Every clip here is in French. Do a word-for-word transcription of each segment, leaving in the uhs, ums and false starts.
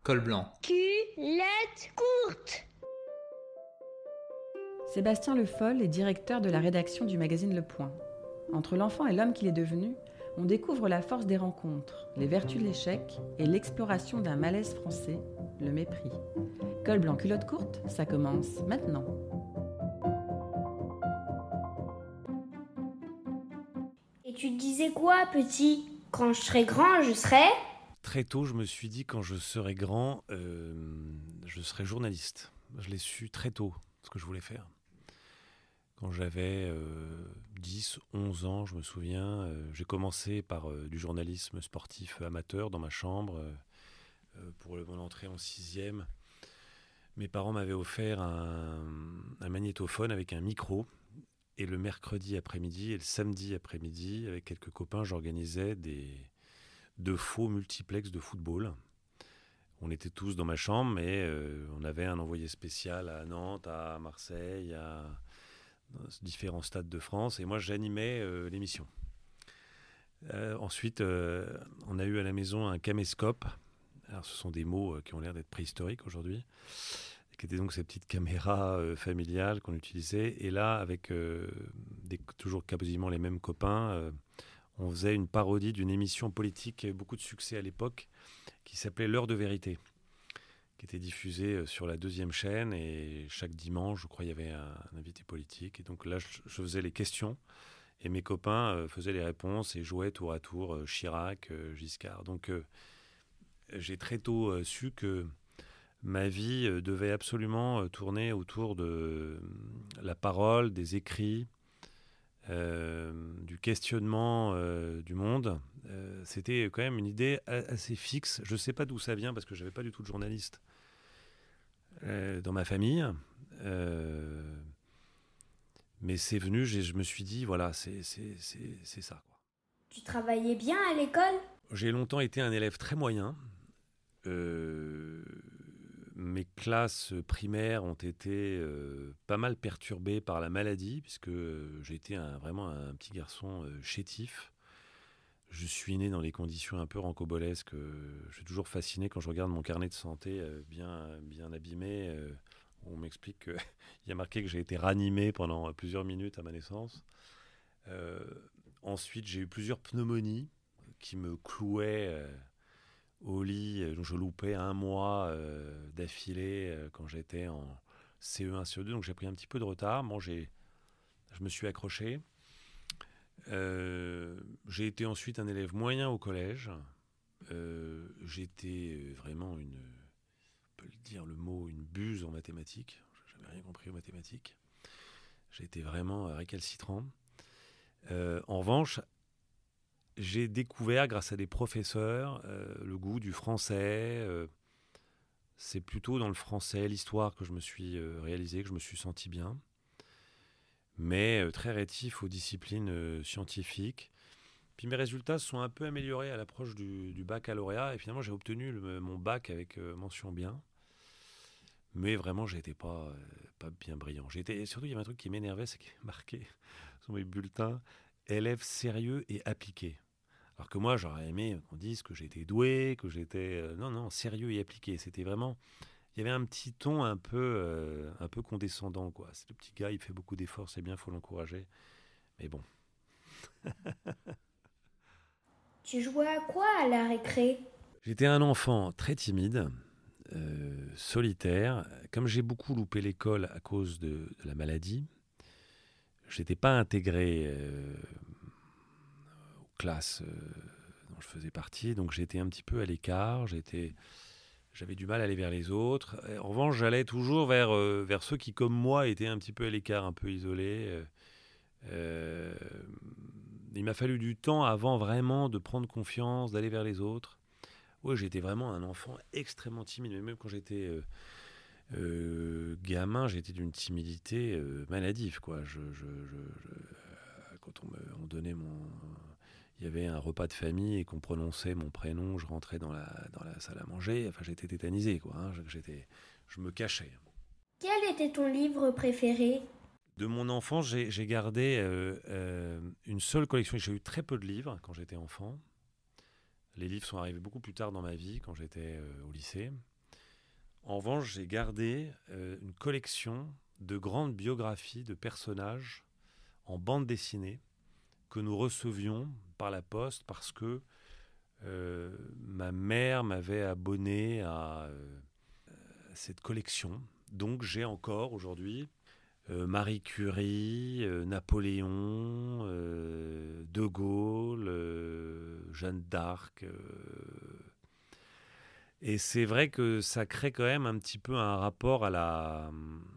col blanc. Culotte courte. Sébastien Le Foll est directeur de la rédaction du magazine Le Point. Entre l'enfant et l'homme qu'il est devenu, on découvre la force des rencontres, les vertus de l'échec et l'exploration d'un malaise français, le mépris. Col blanc, culotte courte, ça commence maintenant. Et tu te disais quoi, petit? Quand je serai grand, je serai... Très tôt, je me suis dit, quand je serai grand, euh, je serai journaliste. Je l'ai su très tôt, ce que je voulais faire. Quand j'avais euh, dix, onze ans, je me souviens, euh, j'ai commencé par euh, du journalisme sportif amateur dans ma chambre. Euh, pour mon entrée en sixième, mes parents m'avaient offert un, un magnétophone avec un micro. Et le mercredi après-midi et le samedi après-midi, avec quelques copains, j'organisais des, de faux multiplex de football. On était tous dans ma chambre, mais euh, on avait un envoyé spécial à Nantes, à Marseille, à différents stades de France. Et moi, j'animais euh, l'émission. Euh, ensuite, euh, on a eu à la maison un caméscope. Alors, ce sont des mots euh, qui ont l'air d'être préhistoriques aujourd'hui, qui étaient donc ces petites caméras euh, familiales qu'on utilisait. Et là, avec euh, des, toujours quasiment les mêmes copains, euh, on faisait une parodie d'une émission politique qui avait beaucoup de succès à l'époque, qui s'appelait L'heure de vérité, qui était diffusée euh, sur la deuxième chaîne. Et chaque dimanche, je crois, il y avait un, un invité politique. Et donc là, je, je faisais les questions. Et mes copains euh, faisaient les réponses et jouaient tour à tour euh, Chirac, euh, Giscard. Donc euh, j'ai très tôt euh, su que ma vie euh, devait absolument euh, tourner autour de euh, la parole, des écrits, euh, du questionnement euh, du monde. Euh, c'était quand même une idée a- assez fixe. Je ne sais pas d'où ça vient parce que je n'avais pas du tout de journaliste euh, dans ma famille. Euh, mais c'est venu, j'ai- je me suis dit, voilà, c'est, c'est, c'est, c'est ça, quoi. Tu travaillais bien à l'école? J'ai longtemps été un élève très moyen. Euh, mes classes primaires ont été euh, pas mal perturbées par la maladie, puisque euh, j'ai été un, vraiment un petit garçon euh, chétif. Je suis né dans des conditions un peu rancobolesques. Euh, je suis toujours fasciné quand je regarde mon carnet de santé euh, bien, bien abîmé. Euh, on m'explique qu'il y a marqué que j'ai été ranimé pendant plusieurs minutes à ma naissance. Euh, ensuite, j'ai eu plusieurs pneumonies qui me clouaient euh, au lit. Donc je loupais un mois euh, d'affilée euh, quand j'étais en C E un, C E deux. Donc j'ai pris un petit peu de retard. Bon, j'ai, je me suis accroché. Euh, j'ai été ensuite un élève moyen au collège. Euh, j'étais vraiment une, on peut le dire le mot, une buse en mathématiques. Je n'avais rien compris aux mathématiques. J'ai été vraiment récalcitrant. Euh, en revanche, j'ai découvert, grâce à des professeurs, euh, le goût du français. Euh, c'est plutôt dans le français, l'histoire, que je me suis euh, réalisé, que je me suis senti bien. Mais euh, très rétif aux disciplines euh, scientifiques. Puis mes résultats se sont un peu améliorés à l'approche du, du baccalauréat. Et finalement, j'ai obtenu le, mon bac avec euh, mention bien. Mais vraiment, je n'étais pas, euh, pas bien brillant. J'étais, surtout, il y avait un truc qui m'énervait, c'est qu'il y avait marqué sur mes bulletins « élève sérieux et appliqué ». Alors que moi, j'aurais aimé qu'on dise que j'étais doué, que j'étais... Euh, non, non, sérieux et appliqué. C'était vraiment... Il y avait un petit ton un peu, euh, un peu condescendant, quoi. C'est le petit gars, il fait beaucoup d'efforts, c'est bien, il faut l'encourager. Mais bon. Tu jouais à quoi à la récré? J'étais un enfant très timide, euh, solitaire. Comme j'ai beaucoup loupé l'école à cause de, de la maladie, je n'étais pas intégré euh, aux classes euh, dont je faisais partie. Donc j'étais un petit peu à l'écart, j'étais... J'avais du mal à aller vers les autres. En revanche, j'allais toujours vers, euh, vers ceux qui, comme moi, étaient un petit peu à l'écart, un peu isolés. Euh, euh, il m'a fallu du temps avant vraiment de prendre confiance, d'aller vers les autres. Oui, j'étais vraiment un enfant extrêmement timide. Mais même quand j'étais euh, euh, gamin, j'étais d'une timidité euh, maladive, quoi. Je, je, je, je, quand on me on donnait mon... Il y avait un repas de famille et qu'on prononçait mon prénom, je rentrais dans la, dans la salle à manger. Enfin, j'étais tétanisé, quoi. Hein. J'étais, je me cachais. Quel était ton livre préféré? De mon enfance, j'ai, j'ai gardé euh, euh, une seule collection. J'ai eu très peu de livres quand j'étais enfant. Les livres sont arrivés beaucoup plus tard dans ma vie, quand j'étais euh, au lycée. En revanche, j'ai gardé euh, une collection de grandes biographies de personnages en bande dessinée que nous recevions par la poste parce que euh, ma mère m'avait abonné à, euh, à cette collection. Donc j'ai encore aujourd'hui euh, Marie Curie, euh, Napoléon, euh, De Gaulle, euh, Jeanne d'Arc. Euh, et c'est vrai que ça crée quand même un petit peu un rapport à la,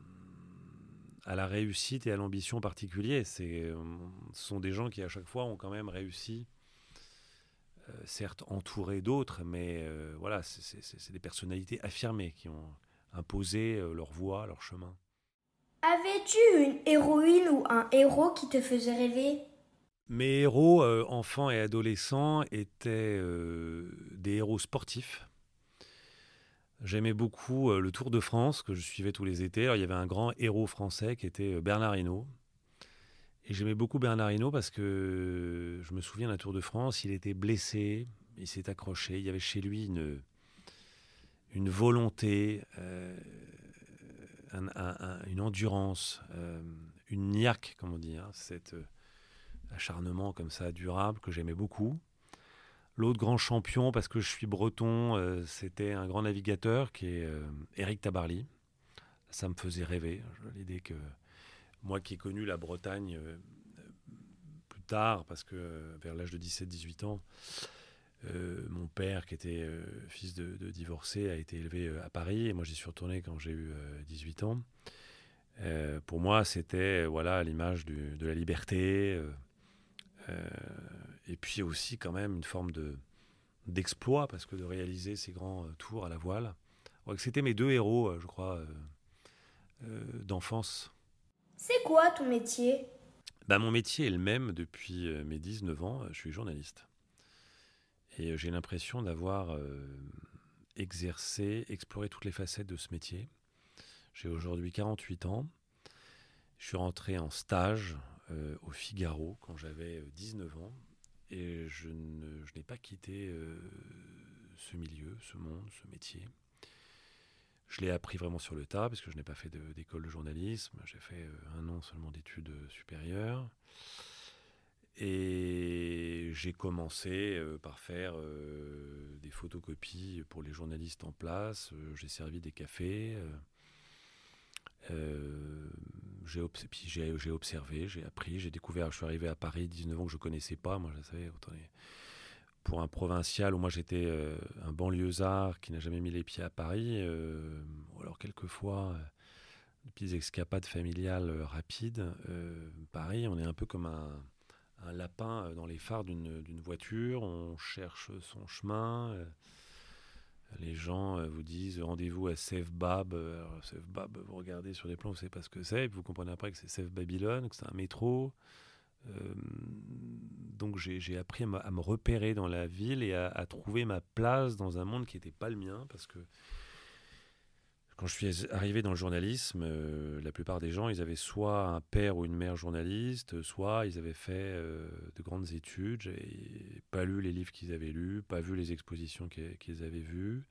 à la réussite et à l'ambition particulier. C'est, euh, ce sont des gens qui à chaque fois ont quand même réussi, euh, certes entourés d'autres, mais euh, voilà, c'est, c'est, c'est des personnalités affirmées qui ont imposé euh, leur voie, leur chemin. Avais-tu une héroïne ou un héros qui te faisait rêver? Mes héros, euh, enfants et adolescents, étaient euh, des héros sportifs. J'aimais beaucoup euh, le Tour de France que je suivais tous les étés. Alors, il y avait un grand héros français qui était euh, Bernard Hinault. Et j'aimais beaucoup Bernard Hinault parce que je me souviens d'un Tour de France, il était blessé, il s'est accroché. Il y avait chez lui une, une volonté, euh, un, un, un, une endurance, euh, une niaque, comme on dit, hein, cet euh, acharnement comme ça durable que j'aimais beaucoup. L'autre grand champion, parce que je suis breton, euh, c'était un grand navigateur qui est euh, Éric Tabarly. Ça me faisait rêver. L'idée que moi qui ai connu la Bretagne euh, plus tard, parce que euh, vers l'âge de dix-sept dix-huit ans, euh, mon père, qui était euh, fils de, de divorcé, a été élevé euh, à Paris. Et moi, j'y suis retourné quand j'ai eu euh, dix-huit ans. Euh, pour moi, c'était euh, voilà, l'image du, de la liberté. Euh, euh, et puis aussi, quand même, une forme de, d'exploit, parce que de réaliser ces grands euh, tours à la voile. Ouais, c'était mes deux héros, euh, je crois, euh, euh, d'enfance. C'est quoi ton métier? Bah, mon métier est le même depuis euh, mes dix-neuf ans. Je suis journaliste. Et euh, j'ai l'impression d'avoir euh, exercé, exploré toutes les facettes de ce métier. J'ai aujourd'hui quarante-huit ans. Je suis rentré en stage euh, au Figaro quand j'avais euh, dix-neuf ans. Et je, ne, je n'ai pas quitté euh, ce milieu, ce monde, ce métier. Je l'ai appris vraiment sur le tas, parce que je n'ai pas fait de, d'école de journalisme. J'ai fait euh, un an seulement d'études supérieures. Et j'ai commencé euh, par faire euh, des photocopies pour les journalistes en place. Euh, j'ai servi des cafés. Euh, euh, j'ai, obs- puis j'ai, j'ai observé, j'ai appris, j'ai découvert. Je suis arrivé à Paris, dix-neuf ans que je ne connaissais pas. Moi, je savais, attendez, pour un provincial, où moi j'étais euh, un banlieusard qui n'a jamais mis les pieds à Paris, euh, ou alors quelquefois, euh, des petites escapades familiales euh, rapides. Euh, Paris, on est un peu comme un, un lapin dans les phares d'une, d'une voiture, on cherche son chemin. Euh, les gens euh, vous disent rendez-vous à Sèvres Bab. Alors, Sèvres Bab, vous regardez sur des plans, vous ne savez pas ce que c'est, vous comprenez après que c'est Sèvres Babylone, que c'est un métro. Euh, donc j'ai, j'ai appris à me, à me repérer dans la ville et à, à trouver ma place dans un monde qui n'était pas le mien, parce que quand je suis arrivé dans le journalisme, euh, la plupart des gens, ils avaient soit un père ou une mère journaliste, soit ils avaient fait euh, de grandes études, et pas lu les livres qu'ils avaient lus, pas vu les expositions qu'ils, qu'ils avaient vues.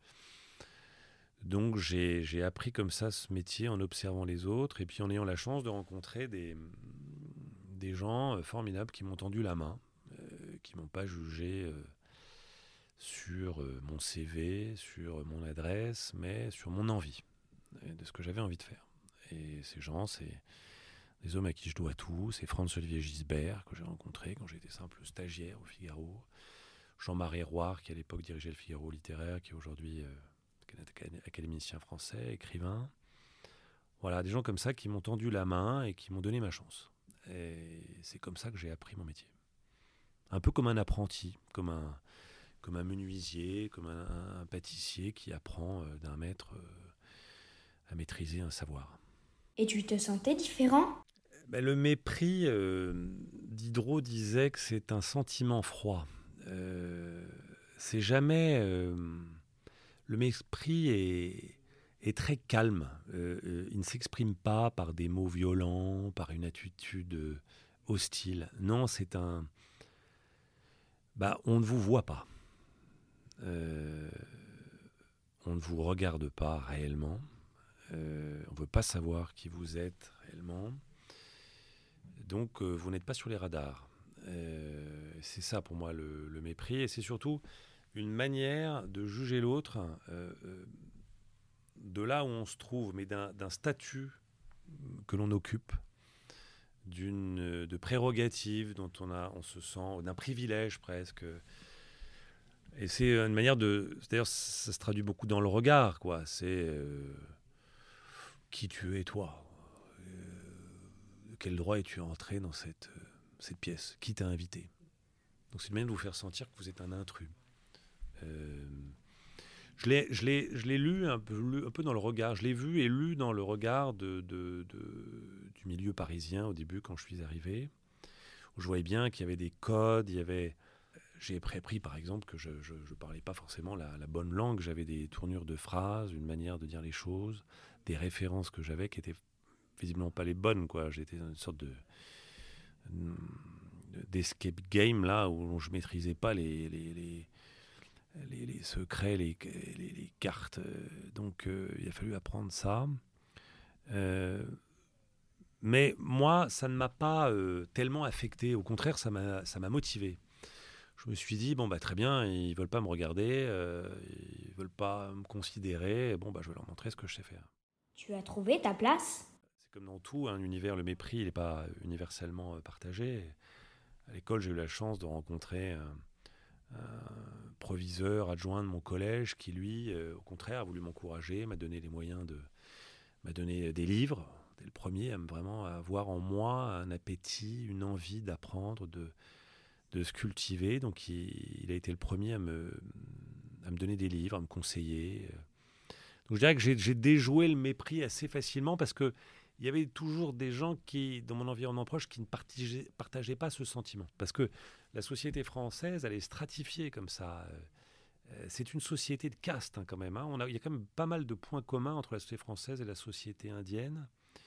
Donc j'ai, j'ai appris comme ça ce métier en observant les autres et puis en ayant la chance de rencontrer des, des gens euh, formidables qui m'ont tendu la main, euh, qui m'ont pas jugé euh, sur euh, mon C V, sur mon adresse, mais sur mon envie, de ce que j'avais envie de faire. Et ces gens, c'est des hommes à qui je dois tout. C'est Franz-Olivier Gisbert, que j'ai rencontré quand j'étais simple stagiaire au Figaro. Jean-Marie Roire, qui à l'époque dirigeait le Figaro littéraire, qui est aujourd'hui euh, académicien français, écrivain. Voilà, des gens comme ça qui m'ont tendu la main et qui m'ont donné ma chance. Et c'est comme ça que j'ai appris mon métier. Un peu comme un apprenti, comme un, comme un menuisier, comme un, un pâtissier qui apprend euh, d'un maître euh, à maîtriser un savoir. Et tu te sentais différent? Ben, le mépris, euh, Diderot disait que c'est un sentiment froid. Euh, c'est jamais... Euh, le mépris est, est très calme. Euh, euh, il ne s'exprime pas par des mots violents, par une attitude euh, hostile. Non, c'est un... Bah, on ne vous voit pas. Euh, on ne vous regarde pas réellement. Euh, on ne veut pas savoir qui vous êtes réellement. Donc, euh, vous n'êtes pas sur les radars. Euh, c'est ça pour moi le, le mépris. Et c'est surtout une manière de juger l'autre euh, euh, de là où on se trouve, mais d'un, d'un statut que l'on occupe, d'une, de prérogatives dont on, a, on se sent, d'un privilège presque. Et c'est une manière de... D'ailleurs, ça se traduit beaucoup dans le regard, quoi. C'est... Euh, qui tu es, toi ? euh, Quel droit es-tu entré dans cette, euh, cette pièce ? Qui t'a invité ? Donc c'est une manière de vous faire sentir que vous êtes un intrus. Euh, je, l'ai, je, l'ai, je l'ai lu un peu, lu un peu dans le regard. Je l'ai vu et lu dans le regard de, de, de, du milieu parisien au début, quand je suis arrivé. Où je voyais bien qu'il y avait des codes, il y avait... J'ai appris, par exemple, que je ne parlais pas forcément la, la bonne langue. J'avais des tournures de phrases, une manière de dire les choses, des références que j'avais qui étaient visiblement pas les bonnes, quoi. J'étais dans une sorte de d'escape game, là, où je maîtrisais pas les, les, les, les, les secrets, les, les, les cartes. Donc, euh, il a fallu apprendre ça. Euh, mais moi, ça ne m'a pas euh, tellement affecté. Au contraire, ça m'a, ça m'a motivé. Je me suis dit, bon, bah, très bien, ils ne veulent pas me regarder, euh, ils ne veulent pas me considérer, bon, bah, je vais leur montrer ce que je sais faire. Tu as trouvé ta place ? C'est comme dans tout, un univers, le mépris, il n'est pas universellement partagé. À l'école, j'ai eu la chance de rencontrer un, un proviseur adjoint de mon collège qui, lui, euh, au contraire, a voulu m'encourager, m'a donné les moyens de... m'a donné des livres, dès le premier, à me vraiment avoir en moi un appétit, une envie d'apprendre, de... de se cultiver. Donc il, il a été le premier à me, à me donner des livres, à me conseiller. Donc je dirais que j'ai, j'ai déjoué le mépris assez facilement parce qu'il y avait toujours des gens qui, dans mon environnement proche, qui ne partageaient, partageaient pas ce sentiment. Parce que la société française, elle est stratifiée comme ça. C'est une société de caste, hein, quand même. Hein. On a, il y a quand même pas mal de points communs entre la société française et la société indienne.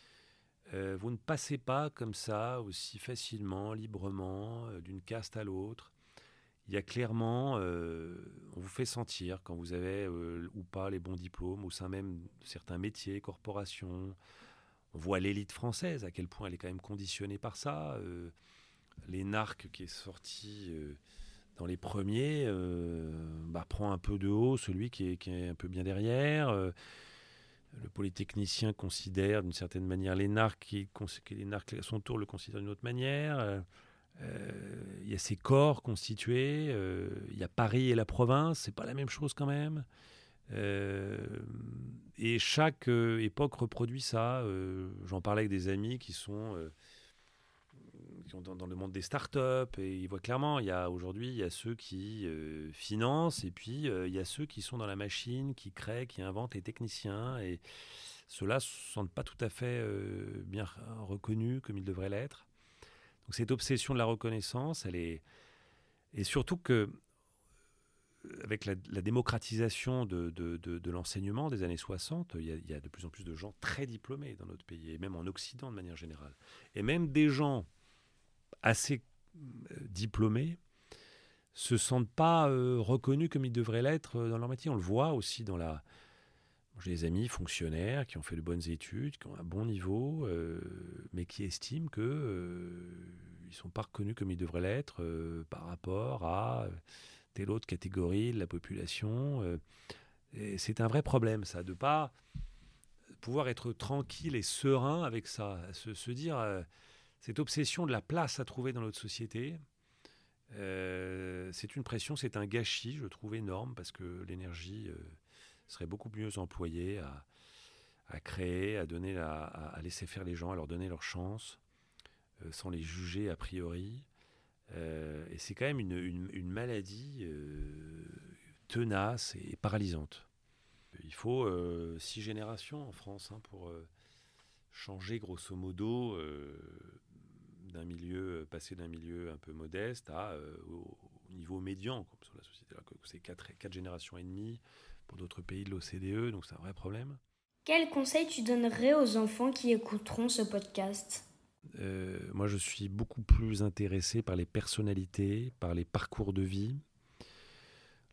Euh, vous ne passez pas comme ça aussi facilement, librement, euh, d'une caste à l'autre. Il y a clairement, euh, on vous fait sentir quand vous avez euh, ou pas les bons diplômes au sein même de certains métiers, corporations. On voit l'élite française, à quel point elle est quand même conditionnée par ça. Euh, L'énarque qui est sorti euh, dans les premiers euh, bah, prend un peu de haut celui qui est, qui est un peu bien derrière. Euh, Le polytechnicien considère d'une certaine manière l'énarque, qui, l'énarque à son tour le considère d'une autre manière. Euh, euh, il y a ces corps constitués, euh, il y a Paris et la province, c'est pas la même chose quand même. Euh, et chaque euh, époque reproduit ça. Euh, j'en parlais avec des amis qui sont, euh, qui sont dans, dans le monde des startups et ils voient clairement, il y a aujourd'hui, il y a ceux qui euh, financent et puis euh, il y a ceux qui sont dans la machine, qui créent, qui inventent, les techniciens. Et ceux-là ne se sentent pas tout à fait euh, bien reconnus comme ils devraient l'être. Donc cette obsession de la reconnaissance, elle est... Et surtout que, avec la, la démocratisation de, de, de, de l'enseignement des années soixante, il y, a, il y a de plus en plus de gens très diplômés dans notre pays, et même en Occident de manière générale. Et même des gens assez euh, diplômés se sentent pas euh, reconnus comme ils devraient l'être dans leur métier. On le voit aussi dans la... J'ai des amis fonctionnaires qui ont fait de bonnes études, qui ont un bon niveau, euh, mais qui estiment qu'ils euh, ne sont pas reconnus comme ils devraient l'être euh, par rapport à telle autre catégorie de la population. Euh, et c'est un vrai problème, ça, de ne pas pouvoir être tranquille et serein avec ça, se, se dire euh, cette obsession de la place à trouver dans notre société. Euh, c'est une pression, c'est un gâchis, je trouve énorme, parce que l'énergie... Euh, serait beaucoup mieux employés à, à créer, à, donner la, à, à laisser faire les gens, à leur donner leur chance, euh, sans les juger a priori. Euh, et c'est quand même une, une, une maladie euh, tenace et paralysante. Il faut euh, six générations en France hein, pour euh, changer grosso modo euh, d'un milieu, passer d'un milieu un peu modeste à, euh, au, au niveau médian, comme sur la société. C'est quatre, quatre générations et demie pour d'autres pays de l'O C D E, donc c'est un vrai problème. Quel conseil tu donnerais aux enfants qui écouteront ce podcast ? euh, Moi, je suis beaucoup plus intéressé par les personnalités, par les parcours de vie.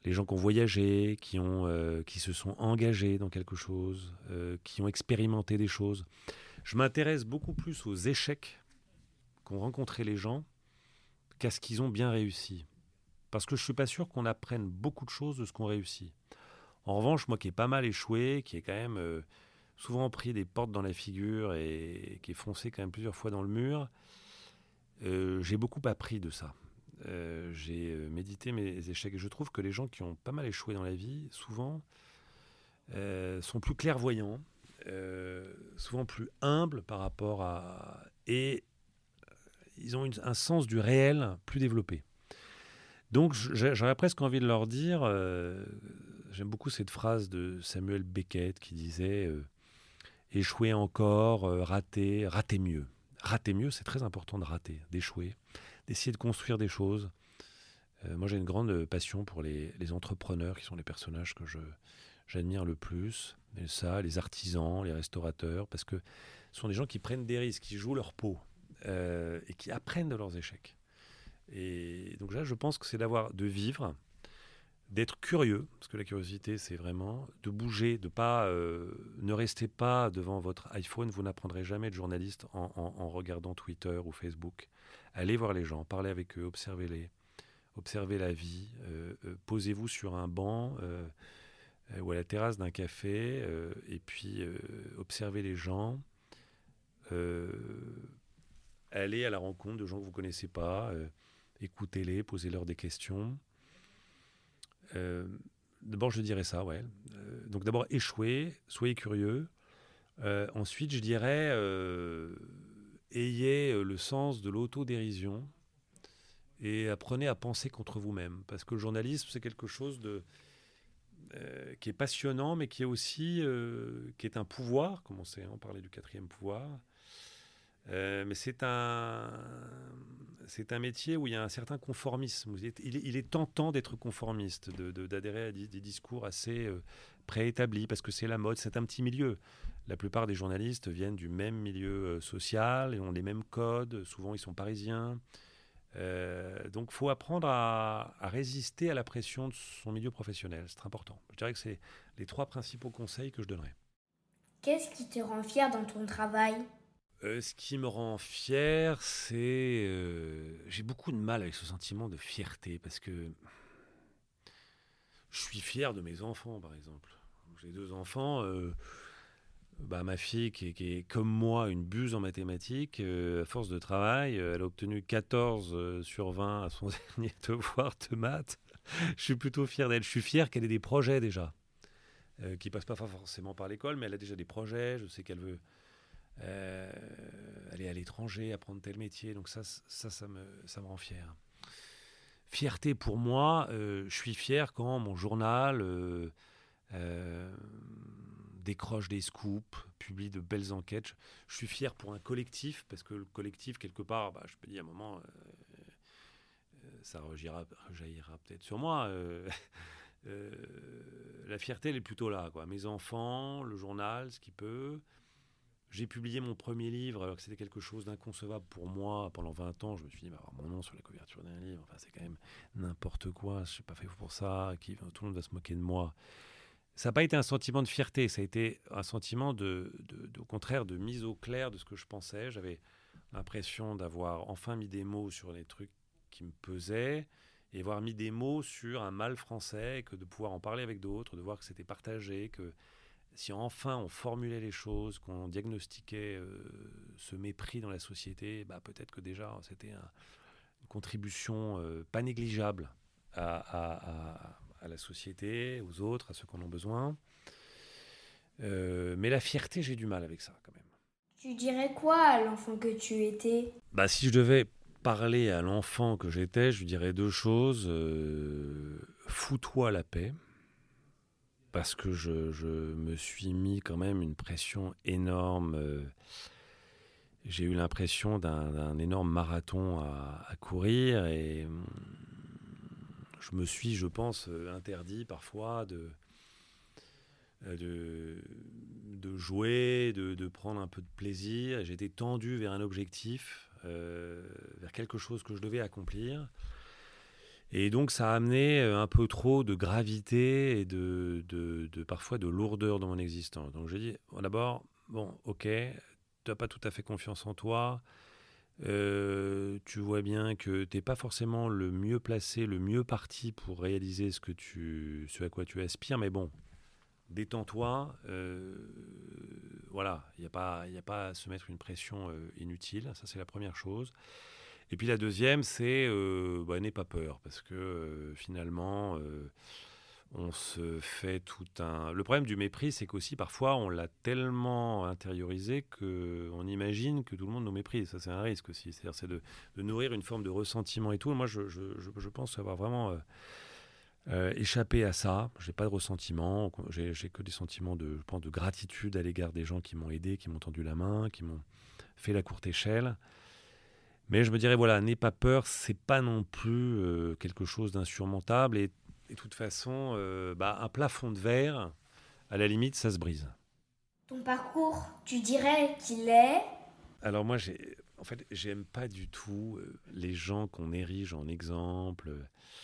les gens qui ont voyagé, qui, ont, euh, qui se sont engagés dans quelque chose, euh, qui ont expérimenté des choses. Je m'intéresse beaucoup plus aux échecs qu'ont rencontré les gens qu'à ce qu'ils ont bien réussi. Parce que je ne suis pas sûr qu'on apprenne beaucoup de choses de ce qu'on réussit. En revanche, moi qui ai pas mal échoué, qui ai quand même euh, souvent pris des portes dans la figure et qui ai foncé quand même plusieurs fois dans le mur, euh, j'ai beaucoup appris de ça. Euh, j'ai médité mes échecs et je trouve que les gens qui ont pas mal échoué dans la vie, souvent, euh, sont plus clairvoyants, euh, souvent plus humbles par rapport à... Et ils ont une, un sens du réel plus développé. Donc j'aurais presque envie de leur dire, euh, j'aime beaucoup cette phrase de Samuel Beckett qui disait euh, « échouer encore, euh, rater, rater mieux ». Rater mieux, c'est très important de rater, d'échouer, d'essayer de construire des choses. Euh, moi, j'ai une grande passion pour les, les entrepreneurs, qui sont les personnages que je, j'admire le plus. Et ça, les artisans, les restaurateurs, parce que ce sont des gens qui prennent des risques, qui jouent leur peau euh, et qui apprennent de leurs échecs. Et donc là, je pense que c'est d'avoir, de vivre, d'être curieux, parce que la curiosité, c'est vraiment de bouger, de pas, euh, ne restez pas devant votre iPhone, vous n'apprendrez jamais de journaliste en, en, en regardant Twitter ou Facebook. Allez voir les gens, parlez avec eux, observez-les, observez la vie, euh, euh, posez-vous sur un banc euh, euh, ou à la terrasse d'un café, euh, et puis euh, observez les gens, euh, allez à la rencontre de gens que vous ne connaissez pas, euh, écoutez-les, posez-leur des questions. Euh, d'abord, je dirais ça, ouais. Euh, donc d'abord, échouez, soyez curieux. Euh, ensuite, je dirais, euh, ayez le sens de l'autodérision et apprenez à penser contre vous-même. Parce que le journalisme, c'est quelque chose de, euh, qui est passionnant, mais qui est aussi euh, qui est un pouvoir, comme on sait, on parlait du quatrième pouvoir. Euh, mais c'est un, c'est un métier où il y a un certain conformisme. Il est, il est, il est tentant d'être conformiste, de, de, d'adhérer à des, des discours assez euh, préétablis, parce que c'est la mode, c'est un petit milieu. La plupart des journalistes viennent du même milieu euh, social et ont les mêmes codes. Souvent, ils sont parisiens. Euh, donc, il faut apprendre à, à résister à la pression de son milieu professionnel. C'est important. Je dirais que c'est les trois principaux conseils que je donnerais. Qu'est-ce qui te rend fier dans ton travail ? Euh, ce qui me rend fier, c'est... Euh, j'ai beaucoup de mal avec ce sentiment de fierté, parce que je suis fier de mes enfants, par exemple. J'ai deux enfants. Euh, bah, ma fille, qui est, qui est comme moi une buse en mathématiques, euh, à force de travail, euh, elle a obtenu quatorze euh, sur vingt à son dernier devoir de maths. Je suis plutôt fier d'elle. Je suis fier qu'elle ait des projets déjà, euh, qui ne passent pas forcément par l'école, mais elle a déjà des projets. Je sais qu'elle veut... Euh, aller à l'étranger, apprendre tel métier, donc ça, ça, ça me, ça me rend fier. Fierté pour moi, euh, je suis fier quand mon journal euh, euh, décroche des scoops, publie de belles enquêtes. Je suis fier pour un collectif, parce que le collectif, quelque part, bah, je peux dire à un moment, euh, ça rejaillira, rejaillira peut-être sur moi. Euh, euh, la fierté, elle est plutôt là, quoi. Mes enfants, le journal, ce qui peut... J'ai publié mon premier livre, alors que c'était quelque chose d'inconcevable pour moi. Pendant vingt ans, je me suis dit, bah, avoir mon nom sur la couverture d'un livre, enfin, c'est quand même n'importe quoi, je ne suis pas fait pour ça, qui, tout le monde va se moquer de moi. Ça n'a pas été un sentiment de fierté, ça a été un sentiment, de, de, de, au contraire, de mise au clair de ce que je pensais. J'avais l'impression d'avoir enfin mis des mots sur les trucs qui me pesaient, et avoir mis des mots sur un mal français, et que de pouvoir en parler avec d'autres, de voir que c'était partagé, que si enfin on formulait les choses, qu'on diagnostiquait euh, ce mépris dans la société, bah peut-être que déjà c'était un, une contribution euh, pas négligeable à, à, à, à la société, aux autres, à ceux qui en ont besoin. Euh, mais la fierté, j'ai du mal avec ça quand même. Tu dirais quoi à l'enfant que tu étais ? Bah, si je devais parler à l'enfant que j'étais, je lui dirais deux choses. Euh, fous-toi la paix. Parce que je, je me suis mis quand même une pression énorme. Euh, j'ai eu l'impression d'un, d'un énorme marathon à, à courir et hum, je me suis, je pense, interdit parfois de, de, de jouer, de, de prendre un peu de plaisir. J'étais tendu vers un objectif, euh, vers quelque chose que je devais accomplir. Et donc, ça a amené un peu trop de gravité et de, de, de parfois de lourdeur dans mon existence. Donc, j'ai dit, bon, d'abord, bon, ok, tu n'as pas tout à fait confiance en toi. Euh, tu vois bien que tu n'es pas forcément le mieux placé, le mieux parti pour réaliser ce, que tu, ce à quoi tu aspires. Mais bon, détends-toi. Euh, voilà, il n'y a pas, il n'y a pas à se mettre une pression euh, inutile. Ça, c'est la première chose. Et puis la deuxième, c'est euh, bah, n'aie pas peur, parce que euh, finalement, euh, on se fait tout un... Le problème du mépris, c'est qu'aussi parfois, on l'a tellement intériorisé qu'on imagine que tout le monde nous méprise. Ça, c'est un risque aussi. C'est-à-dire, c'est de, de nourrir une forme de ressentiment et tout. Moi, je, je, je, je pense avoir vraiment euh, euh, échappé à ça. Je n'ai pas de ressentiment. J'ai, j'ai que des sentiments de, je pense, de gratitude à l'égard des gens qui m'ont aidé, qui m'ont tendu la main, qui m'ont fait la courte échelle. Mais je me dirais, voilà, n'aie pas peur, c'est pas non plus euh, quelque chose d'insurmontable. Et de toute façon, euh, bah, un plafond de verre, à la limite, ça se brise. Ton parcours, tu dirais qu'il est... Alors moi, j'ai, en fait, j'aime pas du tout euh, les gens qu'on érige en exemple.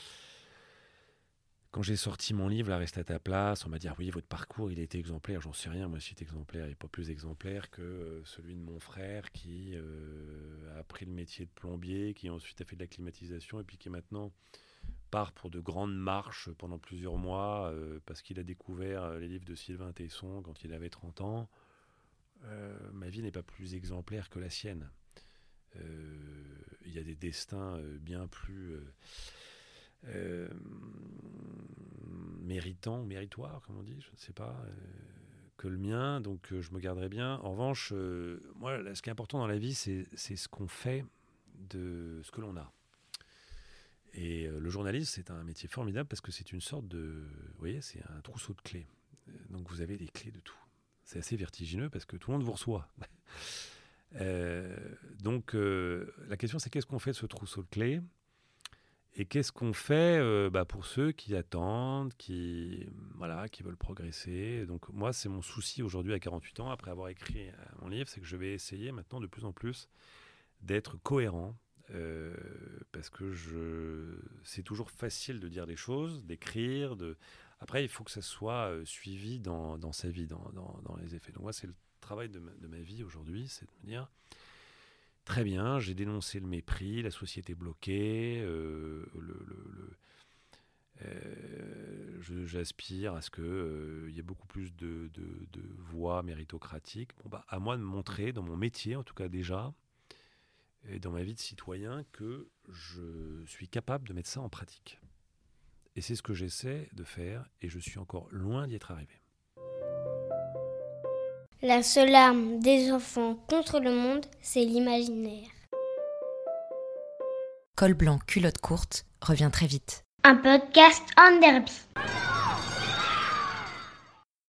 Quand j'ai sorti mon livre, La Reste à ta place, on m'a dit, ah oui, votre parcours, il était exemplaire. J'en sais rien, moi, si c'est exemplaire, il n'est pas plus exemplaire que euh, celui de mon frère qui euh, a appris le métier de plombier, qui ensuite a fait de la climatisation et puis qui maintenant part pour de grandes marches pendant plusieurs mois euh, parce qu'il a découvert les livres de Sylvain Tesson quand il avait trente ans. Euh, ma vie n'est pas plus exemplaire que la sienne. Euh, il y a des destins euh, bien plus... Euh, Euh, méritant, méritoire, comme on dit, je ne sais pas, euh, que le mien, donc euh, je me garderai bien. En revanche, euh, moi, là, ce qui est important dans la vie, c'est, c'est ce qu'on fait de ce que l'on a. Et euh, le journalisme, c'est un métier formidable parce que c'est une sorte de... Vous voyez, c'est un trousseau de clés. Donc vous avez les clés de tout. C'est assez vertigineux parce que tout le monde vous reçoit. euh, donc euh, la question, c'est qu'est-ce qu'on fait de ce trousseau de clés ? Et qu'est-ce qu'on fait euh, bah, pour ceux qui attendent, qui, voilà, qui veulent progresser. Donc moi, c'est mon souci aujourd'hui à quarante-huit ans, après avoir écrit euh, mon livre, c'est que je vais essayer maintenant de plus en plus d'être cohérent, euh, parce que je... c'est toujours facile de dire des choses, d'écrire. De... Après, il faut que ça soit euh, suivi dans, dans sa vie, dans, dans, dans les effets. Donc moi, c'est le travail de ma, de ma vie aujourd'hui, c'est de me dire... Très bien, j'ai dénoncé le mépris, la société bloquée, euh, le, le, le, euh, je, j'aspire à ce qu'il euh, y ait beaucoup plus de, de, de voix méritocratiques. Bon, bah, à moi de me montrer, dans mon métier en tout cas déjà, et dans ma vie de citoyen, que je suis capable de mettre ça en pratique. Et c'est ce que j'essaie de faire, et je suis encore loin d'y être arrivé. La seule arme des enfants contre le monde, c'est l'imaginaire. Col blanc, culotte courte revient très vite. Un podcast Underbee.